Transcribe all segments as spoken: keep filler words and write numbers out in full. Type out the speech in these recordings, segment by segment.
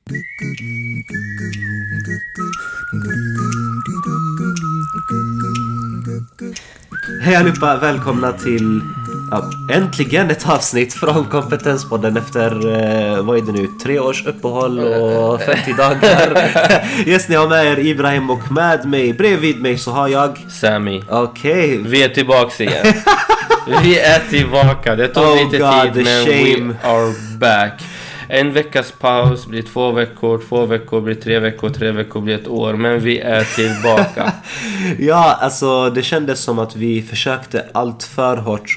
Hej allihopa, välkomna till ja, äntligen ett avsnitt från Kompetenspodden efter, eh, vad är det nu, tre års uppehåll och femtio dagar. Just ni har med er Ibrahim och med mig, bredvid mig så har jag Sami. Okej, Vi är tillbaka igen. Vi är tillbaka. Det tog Oh lite God, tid, the men shame. we are back. En veckas paus blir två veckor, två veckor blir tre veckor, tre veckor blir ett år. Men vi är tillbaka. Ja, alltså det kändes som att vi försökte allt för hårt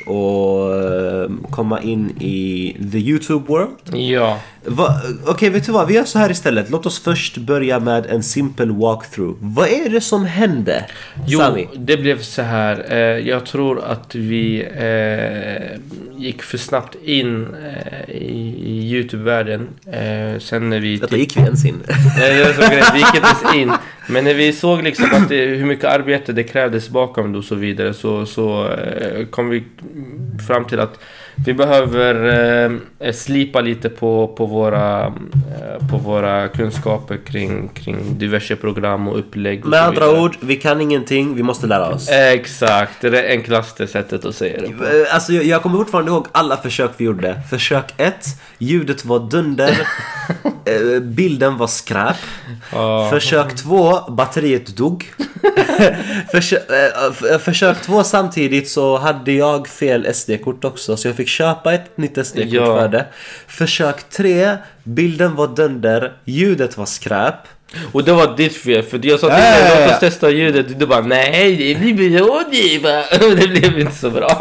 att komma in i the YouTube world. Ja. Va, Okej, okay, vet du vad? Vi gör så här istället. Låt oss först börja med en simpel walkthrough. Vad är det som hände, Jo, Sami? det blev så här. Eh, jag tror att vi eh, gick för snabbt in eh, i, i YouTube-världen. Eh, sen när vi... Detta gick vi ens in. Nej, det var så vi gick inte ens in. Men när vi såg liksom att det, hur mycket arbete det krävdes bakom det och så vidare, så, så eh, kom vi fram till att vi behöver eh, slipa lite på, på, våra, eh, på våra kunskaper kring, kring diverse program och upplägg och Med så andra vidare. ord, vi kan ingenting, vi måste lära oss. Exakt, det är det enklaste sättet att säga det på. Eh, Alltså jag, jag kommer fortfarande ihåg alla försök vi gjorde. Försök ett, ljudet var dunder. eh, Bilden var skräp. Ja. Försök två, batteriet dog. Försök, eh, försök två samtidigt så hade jag fel S D-kort också, så jag fick köpa ett nytt S D-kort Ja. för det. Försök tre, bilden var dunder, ljudet var skräp. Och det var ditt fel, för jag sa till Äh. dig, låt oss testa ljudet. Du bara, nej, det blir rådgiva. Det blev inte så bra.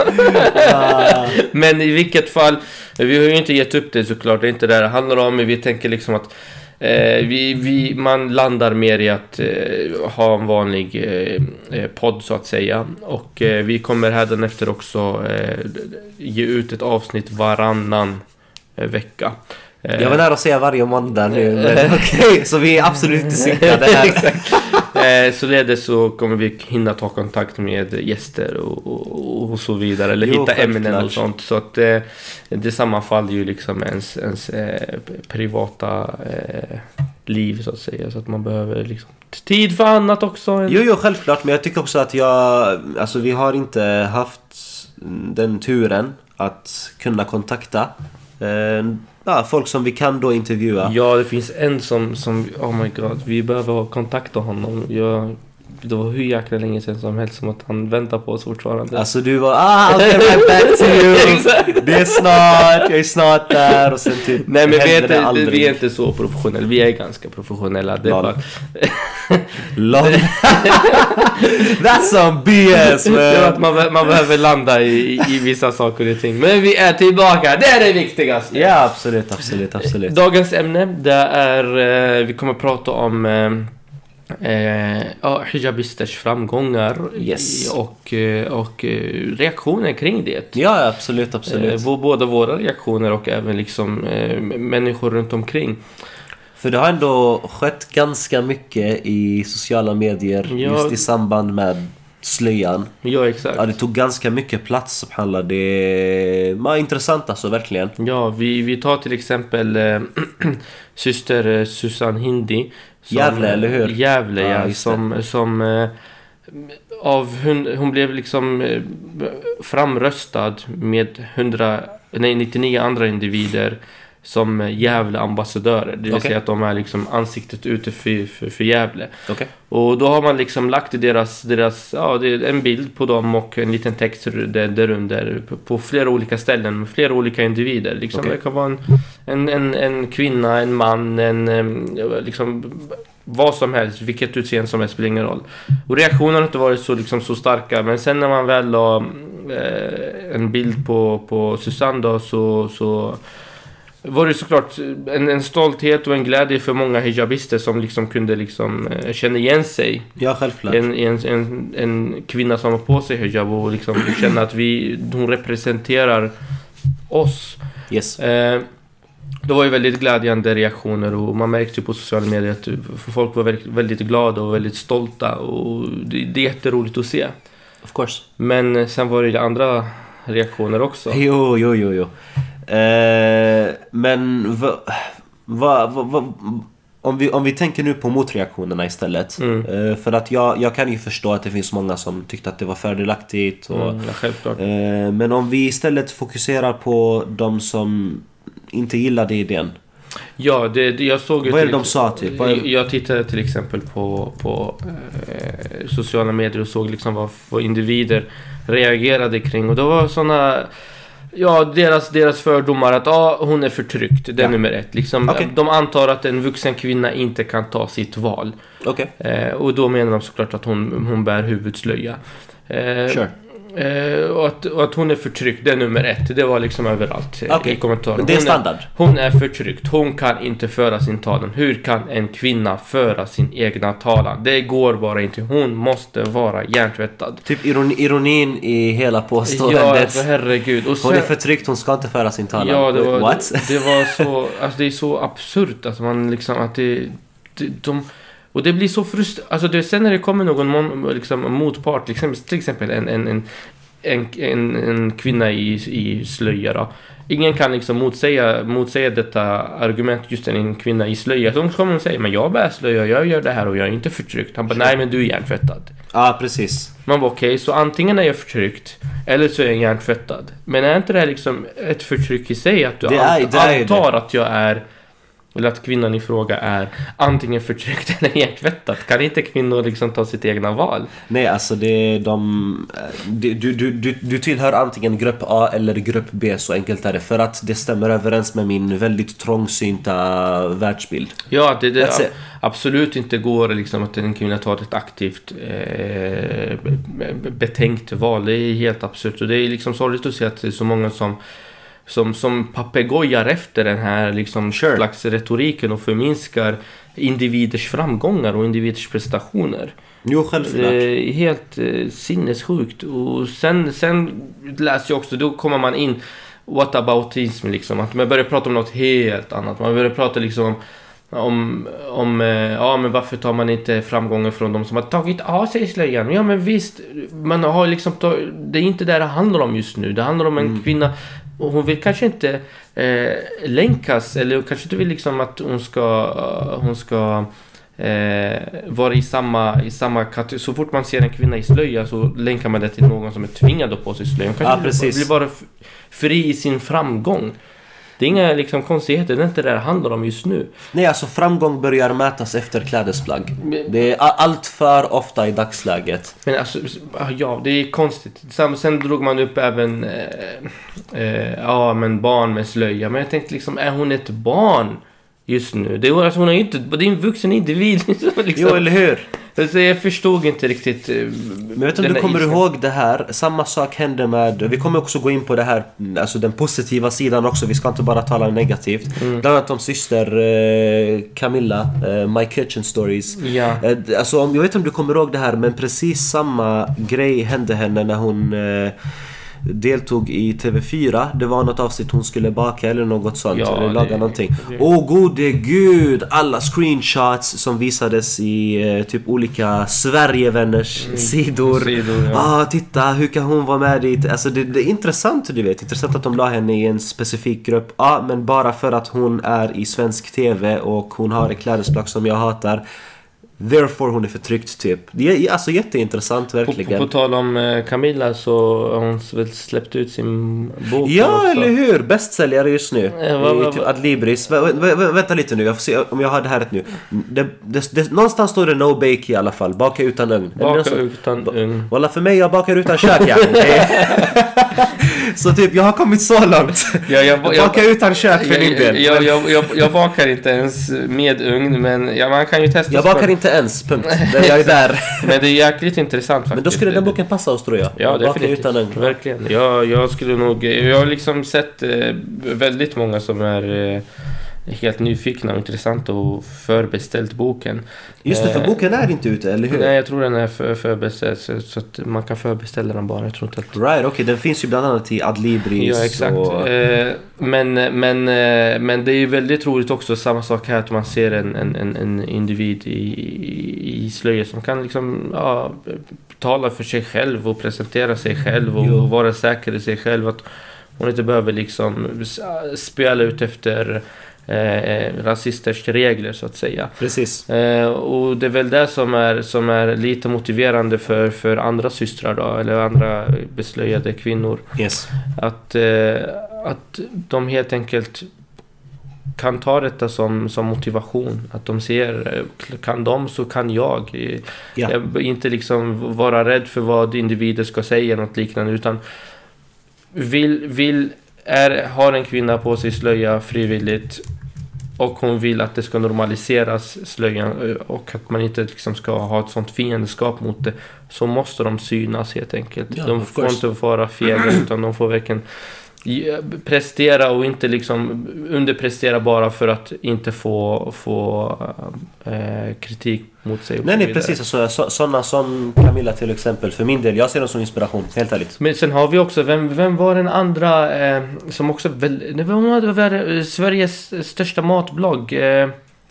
Ah. Men i vilket fall, vi har ju inte gett upp det såklart. Det är inte det det handlar om, men vi tänker liksom att eh, vi, vi, man landar mer i att eh, ha en vanlig eh, podd så att säga. Och eh, vi kommer hädanefter också eh, ge ut ett avsnitt varannan eh, vecka. Jag var nära att säga varje måndag nu, men okej, så vi är absolut inte synkade här. Exakt. Eh, således så kommer vi hinna ta kontakt med gäster och, och, och så vidare, eller Jo, hitta självklart. ämnen och sånt, så att eh, det sammanfaller ju liksom ens, ens eh, privata eh, liv så att säga, så att man behöver liksom tid för annat också. Jo, jo, självklart, men jag tycker också att jag, alltså vi har inte haft den turen att kunna kontakta eh, ja, folk som vi kan då intervjua. Ja, det finns en som, som oh my god, vi behöver kontakta honom. Jag, det var hur jäkla länge sedan som helst som att han väntar på oss fortfarande. Alltså du var, ah, I'll get right back to you. Det är snart, jag är snart där. Och sen typ Nej, men vi är, händer det inte, aldrig. vi är inte så professionella. Vi är ganska professionella. Det är Lol. bara... Lol. That's some B S, man. Det är att man, be- man behöver landa i, i vissa saker och ting. Men vi är tillbaka, det är det viktigaste. Ja, absolut, absolut, absolut. Dagens ämne, det är, eh, vi kommer prata om eh, eh, ja, hijabisters framgångar. Yes. och, eh, och eh, reaktioner kring det. Ja, absolut, absolut. Eh, vår- både våra reaktioner och även liksom eh, människor runt omkring. För det har ändå skett ganska mycket i sociala medier Ja. just i samband med slöjan. Ja, exakt. Ja, det tog ganska mycket plats, subhanallah. Det är ja, intressant alltså, verkligen. Ja, vi, vi tar till exempel äh, syster äh, Susan Hindi som, Gävle, eller hur? Gävle, Ja, ja, just som, som äh, av hon, hon blev liksom äh, framröstad med hundra, nej, nittionio andra individer som Gävle-ambassadörer. Det vill Okej. säga att de är liksom ansiktet ute för, för, för Gävle. Okej. Och då har man liksom lagt i deras, deras ja, det är en bild på dem och en liten text där, där under på, på flera olika ställen med flera olika individer. Liksom, Okej. det kan vara en, en, en, en kvinna, en man, en em, liksom vad som helst, vilket utseende som helst spelar ingen roll. Och reaktionerna har inte varit så, liksom, så starka, men sen när man väl la eh, en bild på, på Susanne då, så, så var det såklart en, en stolthet och en glädje för många hijabister som liksom kunde liksom eh, känna igen sig Ja, självklart. en, en, en, en kvinna som har på sig hijab och liksom känna att vi, hon representerar oss. Yes. Eh, det var ju väldigt glädjande reaktioner och man märkte ju på sociala medier att folk var väldigt, väldigt glada och väldigt stolta och det, det är jätteroligt att se. Of course. Men sen var det ju andra reaktioner också. Jo, jo, jo, jo. Eh, men vad... Va, va, va, om vi, om vi tänker nu på motreaktionerna istället. Mm. Eh, för att jag, jag kan ju förstå att det finns många som tyckte att det var fördelaktigt. Och, Mm, ja, självklart. eh, men om vi istället fokuserar på de som inte gillade idén. Ja, det, det, jag såg ju Vad är det till- de sa typ? Vad är- Jag, jag tittade till exempel på, på eh, sociala medier och såg liksom vad, vad individer reagerade kring. Och det var såna... Ja, deras, deras fördomar att ah, hon är förtryckt. Det är Ja. nummer ett. Liksom, Okej. De antar att en vuxen kvinna inte kan ta sitt val. Okej, Eh, och då menar de såklart att hon, hon bär huvudslöja. Eh, sure. eh, och, att, och att hon är förtryckt, det är nummer ett. Det var liksom överallt eh, Okej. i kommentarer. Men det är Hon standard. Hon är förtryckt. Hon kan inte föra sin talan. Hur kan en kvinna föra sin egna talan? Det går bara inte. Hon måste vara hjärntvättad. Typ ironi, ironin i hela Ja, påståendet. alltså herregud. Och Hon är sen, förtryckt, hon ska inte föra sin talan. ja, det var, What? det, det var så... Alltså det är så absurt. Alltså man liksom... Att det, det, de, och det blir så frustrerande. Alltså det, sen när det kommer någon mon, liksom, motpart. Liksom, till exempel en, en, en, en, en, en kvinna i, i slöja då. Ingen kan liksom motsäga, motsäga detta argument, just en kvinna i slöja. Så kommer hon säga, men jag bär slöja, jag gör det här och jag är inte förtryckt. Han bara, nej men du är hjärntvättad. Ja, precis. Man bara, okej, okay, så antingen är jag förtryckt eller så är jag hjärntvättad. Men är inte det här liksom ett förtryck i sig? Att du Det är- ant- det är ju antar att jag är, eller att kvinnan i fråga är antingen förtryckt eller hjärntvättad. Kan inte kvinnor liksom ta sitt egna val? Nej, alltså det är de... det- Du, du, du, du tillhör antingen grupp A eller grupp B, så enkelt är det. För att det stämmer överens med min väldigt trångsynta världsbild. Ja, det, det That's it. absolut inte går liksom att en kvinna tar ett aktivt eh, be- be- betänkt val. Det är helt absurt. Och det är liksom sorgligt att se att det är så många som som, som papegojar efter den här liksom Sure. slags retoriken och förminskar individers framgångar och individers prestationer. Jo, självklart. Det är helt eh, sinnessjukt. Och sen, sen läser jag också, då kommer man in whataboutism liksom, att man börjar prata om något helt annat. Man börjar prata liksom om, om eh, ja men varför tar man inte framgången från de som har tagit av sig slöjan? Ja men visst, man har liksom tag, det är inte det det handlar om just nu. Det handlar om en Mm. kvinna, och hon vill kanske inte eh, länkas, eller kanske inte vill liksom att hon ska hon ska eh, vara i samma i samma kategori. Så fort man ser en kvinna i slöja så länkar man det till någon som är tvingad att på sig slöja. Hon kanske Ja, vill, precis. vill vara f- fri i sin framgång. Det är inga liksom konstigheter, det är inte det det handlar om just nu. Nej, alltså framgång börjar mätas efter klädesplagg. Det är a- allt för ofta i dagsläget. Men alltså, ja, det är konstigt. Sen, sen drog man upp även eh, eh, ja, men barn med slöja. Men jag tänkte liksom, är hon ett barn just nu? Det är, alltså, hon är ju inte, det är en vuxen individ. liksom. Jo, eller hur? Så jag förstod inte riktigt. eh, Men vet du om den du där kommer ilskan. ihåg det här? Samma sak hände med... Vi kommer också gå in på det här, alltså den positiva sidan också. Vi ska inte bara tala negativt. Mm. Bland annat om syster eh, Camilla, eh, My Kitchen Stories. Ja. Eh, alltså, om, jag vet inte om du kommer ihåg det här, men precis samma grej hände henne när hon eh, deltog i T V fyra. Det var något avsnitt hon skulle baka eller något sånt, Ja, eller laga det- någonting. det- Åh gode gud, alla screenshots som visades i eh, typ olika Sverigevänners sidor. sidor, ja. Ah, titta, hur kan hon vara med dit? Alltså det, det är intressant, du vet. Intressant att de la henne i en specifik grupp. Ja, ah, men bara för att hon är i svensk T V och hon har ett klädesplagg som jag hatar. Therefore hon är förtryckt typ. Det är alltså jätteintressant På, verkligen. på, på tal om eh, Camilla så har hon väl släppt ut sin bok. Ja, också. eller hur? Bästsäljare just nu. Eh, vad- I vad- typ Adlibris. Vä, vä, vä, vänta lite nu, jag får se om jag har det här rätt nu. Det, det, det, någonstans står det no bake i alla fall. Baka utan ugn. Eller Baka något sånt. utan ugn. Walla, för mig, jag bakar utan kök. Ja. Så typ, jag har kommit så långt. Ja, jag, Jag bakar utan kök för min jag, del. jag, Men jag, jag, jag bakar inte ens med ugn, men ja, man kan ju testa. jag så- bakar inte ens, punkt. Det- Jag är där. Men det är jäkligt intressant faktiskt. Men då skulle den boken passa oss, tror jag. Ja, Jag bakar definitivt. utan ugn. Verkligen. Jag, jag skulle nog... Jag har liksom sett eh, väldigt många som är eh, helt nyfikna och intressanta och förbeställt boken. Just det, för Eh, boken är inte ute, eller hur? Nej, jag tror den är för, förbeställd så, så att man kan förbeställa den bara. Jag tror inte att... Right, okej. Okay. Den finns ju bland annat i Adlibris. Ja, exakt. Och... Eh, men, men, eh, men det är ju väldigt roligt också, samma sak här, att man ser en, en, en, en individ i, i, i slöja som kan liksom, ja, tala för sig själv och presentera sig själv och, Jo. och vara säker i sig själv. Att hon inte behöver liksom spela ut efter eh, rasisters regler så att säga. Precis. Eh, och det är väl det som är, som är lite motiverande för, för andra systrar då, eller andra beslöjade kvinnor. Yes. Att, eh, att de helt enkelt kan ta detta som, som motivation. Att de ser, kan de så kan jag. Ja. Jag inte liksom vara rädd för vad individer ska säga eller något liknande, utan vill, vill är, har en kvinna på sig slöja frivilligt och hon vill att det ska normaliseras slöjan och att man inte liksom ska ha ett sånt fiendskap mot det, så måste de synas helt enkelt. Ja, de får inte vara fega, utan de får verkligen prestera och inte liksom underprestera bara för att inte få, få äh, kritik mot sig. Nej, nej, precis. Alltså, så, sådana som Camilla till exempel, för min del, jag ser dem som inspiration, helt ärligt. Men sen har vi också, vem, vem var den andra eh, som också, väl, det var, det var Sveriges största matblogg, eh,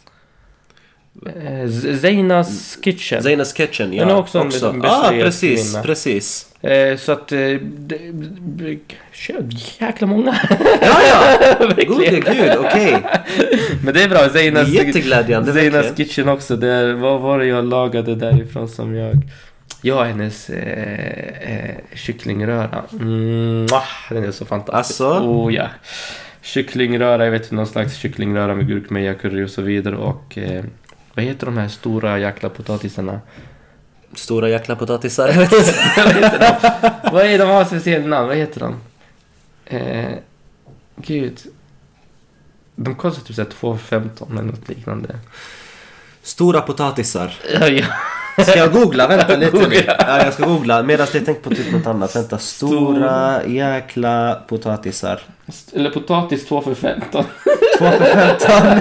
Zeinas Kitchen. Zeinas Kitchen, ja. Den är också, också. En ah, precis, kvinna. precis. Eh, så att, eh, det, det, jäkla många. Ja, ja. Gode gud, okej. Okay. Men det är bra. Zeinas, det är jätteglädjande. Zeinas Kitchen också. Det, vad var det jag lagade därifrån som jag... Ja, hennes eh, eh, kycklingröra. Mm, den är så fantastisk. Alltså? Oh, ja. Kycklingröra, jag vet inte, någon slags kycklingröra med gurkmeja, curry och så vidare. Och eh, vad heter de här stora jäkla potatisarna? Stora jäkla potatisar, jag vet inte. Vad heter de? Vad är de har speciellt namn? Vad heter de? Eh, gud. De kostar typ såhär två femton eller något liknande. Stora potatisar. Ja, ja. Ska jag googla? Vänta lite. Googla. Ja, jag ska googla. Medan jag tänker på typ något annat. Vänta. Stora jäkla potatisar. Eller potatis två för femton. två för femton.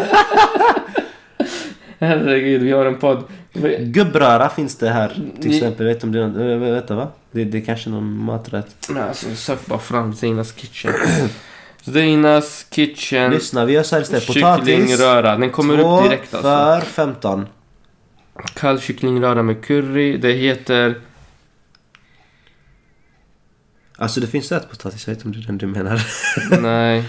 Herregud, vi har en podd. Gubbröra finns det här till Ni... exempel. Vet om det är någon, vet du, va? Det, det är kanske någon maträtt. Nej, alltså, sök bara fram Zeinas Kitchen. Zeinas Kitchen. Lyssna, vi gör så här istället. Potatis. Kycklingröra. Den kommer upp direkt alltså. för femton. Kall kycklingröra med curry. Det heter... Alltså det finns ett potatis. Jag vet inte om det är den du menar. Nej.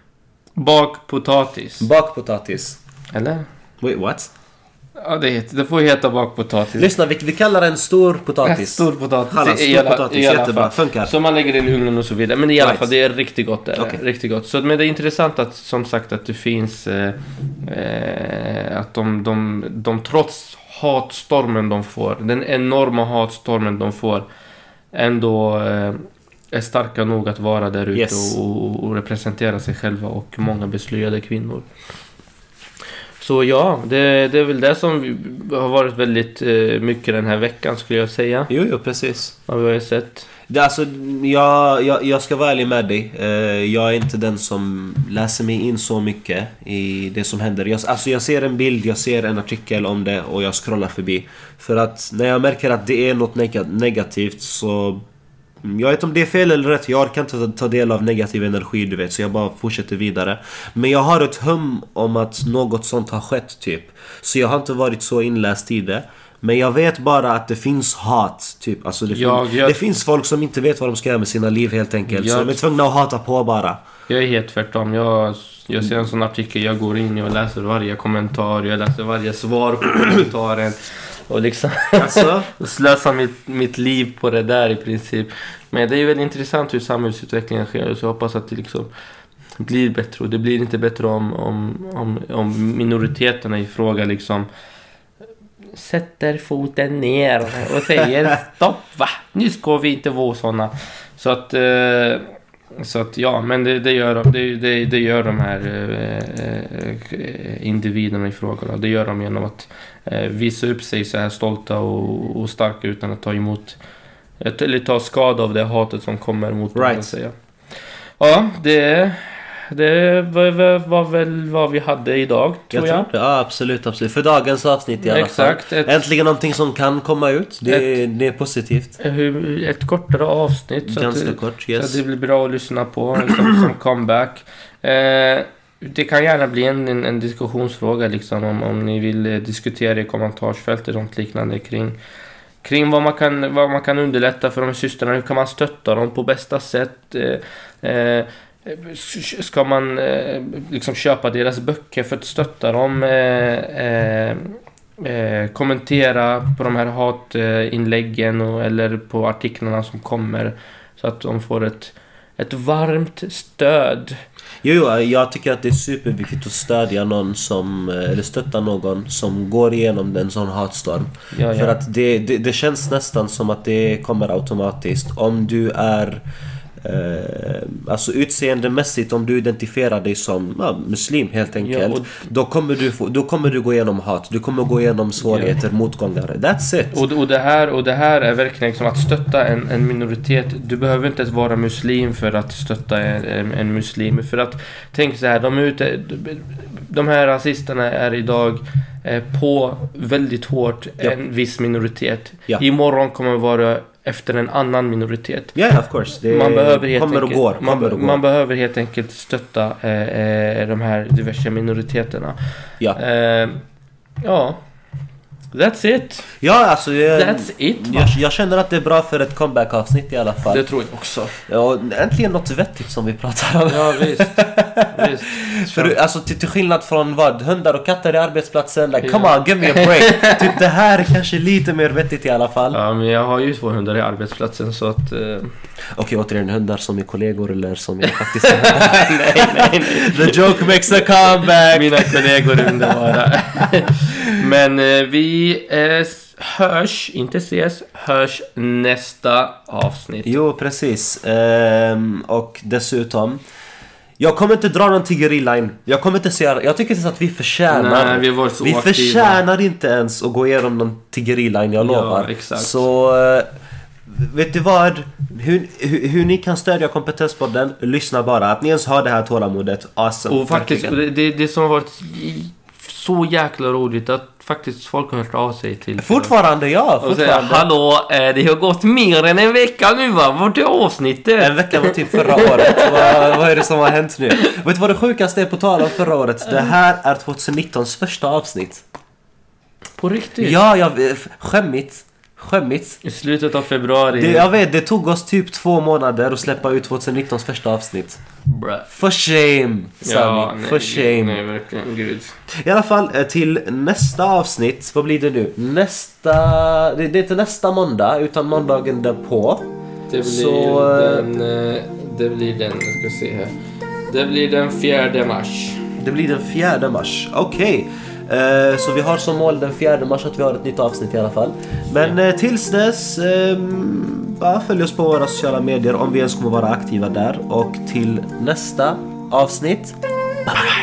Bakpotatis. Bakpotatis. Eller? Wait, what? Ja, det, heter, det får heta bakpotatis. Lyssna, vi, vi kallar den stor potatis. Stor potatis. Hallå, stor I alla, potatis, i alla jättebra, fall. funkar. Så man lägger in i ugnen och så vidare. Men i alla right. fall, det är riktigt gott. Är okay. Riktigt gott. Så, men det är intressant att, som sagt, att det finns... Eh, eh, att de, de, de trots hatstormen de får, den enorma hatstormen de får, ändå eh, är starka nog att vara där ute yes. och, och representera sig själva och många beslöjade kvinnor. Så ja, det, det är väl det som har varit väldigt eh, mycket den här veckan, skulle jag säga. Jo, jo, precis. Vad vi har sett. Det, alltså, jag, jag, jag ska vara ärlig med dig. Eh, jag är inte den som läser mig in så mycket i det som händer. Jag, alltså, jag ser en bild, jag ser en artikel om det och jag scrollar förbi. För att när jag märker att det är något neg- negativt så... Jag vet inte om det är fel eller rätt. Jag kan inte ta del av negativ energi, du vet. Så jag bara fortsätter vidare. Men jag har ett hum om att något sånt har skett typ. Så jag har inte varit så inläst i det. Men jag vet bara att det finns hat typ. Alltså det, jag, fin- jag... det finns folk som inte vet vad de ska göra med sina liv helt enkelt. jag... Så de är tvungna att hata på bara. Jag är helt tvärtom. Jag, jag ser en sån artikel, jag går in och läser varje kommentar. Jag läser varje svar på kommentaren. Och liksom alltså? slösa mitt, mitt liv på det där i princip. Men det är ju väldigt intressant hur samhällsutvecklingen sker. Så jag hoppas att det liksom blir bättre. Och det blir inte bättre om, om, om, om minoriteterna i fråga liksom sätter foten ner och säger stopp, va? Nu ska vi inte vara såna. Så att... Eh, Så att ja, men det, det, gör, det, det, det gör de här eh, individerna i fråga. Det gör de genom att eh, visa upp sig så här stolta och, och starka utan att ta emot eller ta skada av det hatet som kommer mot dem. Right. Säga. Ja, det, det var, var väl vad vi hade idag, tror jag. jag. Tror ja, absolut, absolut. För dagens avsnitt i alla Exakt, fall. ett, Äntligen någonting som kan komma ut. Det, ett, det är positivt. Ett kortare avsnitt. Så Ganska att, kort, yes. Så att det blir bra att lyssna på liksom, som comeback. Eh, det kan gärna bli en, en, en diskussionsfråga liksom, om, om ni vill eh, diskutera i kommentarsfältet och liknande kring kring vad man kan vad man kan underlätta för de här systrarna, hur kan man stötta dem på bästa sätt, eh, eh, ska man eh, liksom köpa deras böcker för att stötta dem, eh, eh, eh, kommentera på de här hatinläggen och, eller på artiklarna som kommer, så att de får ett, ett varmt stöd. Jo, jo, jag tycker att det är superviktigt att stödja någon som, eller stötta någon som går igenom en sån hatstorm. Ja, ja. För att det, det, det känns nästan som att det kommer automatiskt. Om du är eh, alltså utseendemässigt, om du identifierar dig som ja, muslim helt enkelt, Ja, och, då, kommer du få, då kommer du gå igenom hat. Du kommer gå igenom svårigheter, ja. motgångar. That's it. Och, och, det här, och det här är verkligen liksom att stötta en, en minoritet. Du behöver inte ens vara muslim för att stötta en, en, en muslim. För att tänk så här, de, är ute, de här rasisterna är idag eh, på väldigt hårt ja. en viss minoritet. Ja. Imorgon kommer det vara efter en annan minoritet. Ja, yeah, of course. Det man behöver helt kommer enkelt, och går. Kommer man, och går. man behöver helt enkelt stötta eh, de här diverse minoriteterna. Ja. Eh, ja. That's it. Ja, alltså jag, That's it, jag, jag känner att det är bra för ett comeback-avsnitt i alla fall. Det tror jag också. Ja, äntligen något vettigt som vi pratar om. Ja, visst. visst. För, alltså till, till skillnad från vad? Hundar och katter i arbetsplatsen. Like, Ja. come on, give me a break. Typ det här är kanske lite mer vettigt i alla fall. Ja, men jag har ju två hundar i arbetsplatsen så att... Uh... Okej, återigen, hundar som är kollegor eller som jag faktiskt... nej, nej, nej. The joke makes a comeback. Mina kollegor är underbara. Men uh, vi uh, hörs, inte ses, hörs nästa avsnitt. Jo, precis. Ehm, och dessutom... Jag kommer inte dra någon tiggeriline. Jag kommer inte säga... Jag tycker inte att vi förtjänar... Nej, vi var så Vi aktiva. förtjänar inte ens att gå igenom någon tiggeriline, jag lovar. Ja, exakt. Så... Vet du vad? Hur, hur, hur ni kan stödja Kompetenspodden, lyssna bara. Att ni ens har det här tålamodet. Awesome. Och faktiskt, det, det, det som har varit så jäkla roligt att faktiskt folk har hört av sig till... Fortfarande, ja. Och Fortfarande. säga, hallå, det har gått mer än en vecka nu va? Vart är avsnittet? En vecka var typ förra året. vad, vad är det som har hänt nu? Vet du vad det sjukaste är på tal om förra året? Det här är tjugonitton:s första avsnitt. På riktigt? Ja, jag skämmigt. Skämmigt. I slutet av februari. Det, jag vet, det tog oss typ två månader att släppa ut tjugonitton:s första avsnitt. Bruh. For shame, Sami. Ja, nej, For shame. Nej, verkligen. Gud. I alla fall, till nästa avsnitt. Vad blir det nu? Nästa... Det, det är inte nästa måndag, utan måndagen därpå. Det blir Så, den... Det blir den, jag ska se här. Det blir den fjärde mars. Det blir den fjärde mars. Okej. Okay. Uh, så vi har som mål den fjärde mars att vi har ett nytt avsnitt i alla fall. Men ja. uh, tills dess um, bara följ oss på våra sociala medier om vi ens kommer vara aktiva där. Och till nästa avsnitt, bye bye.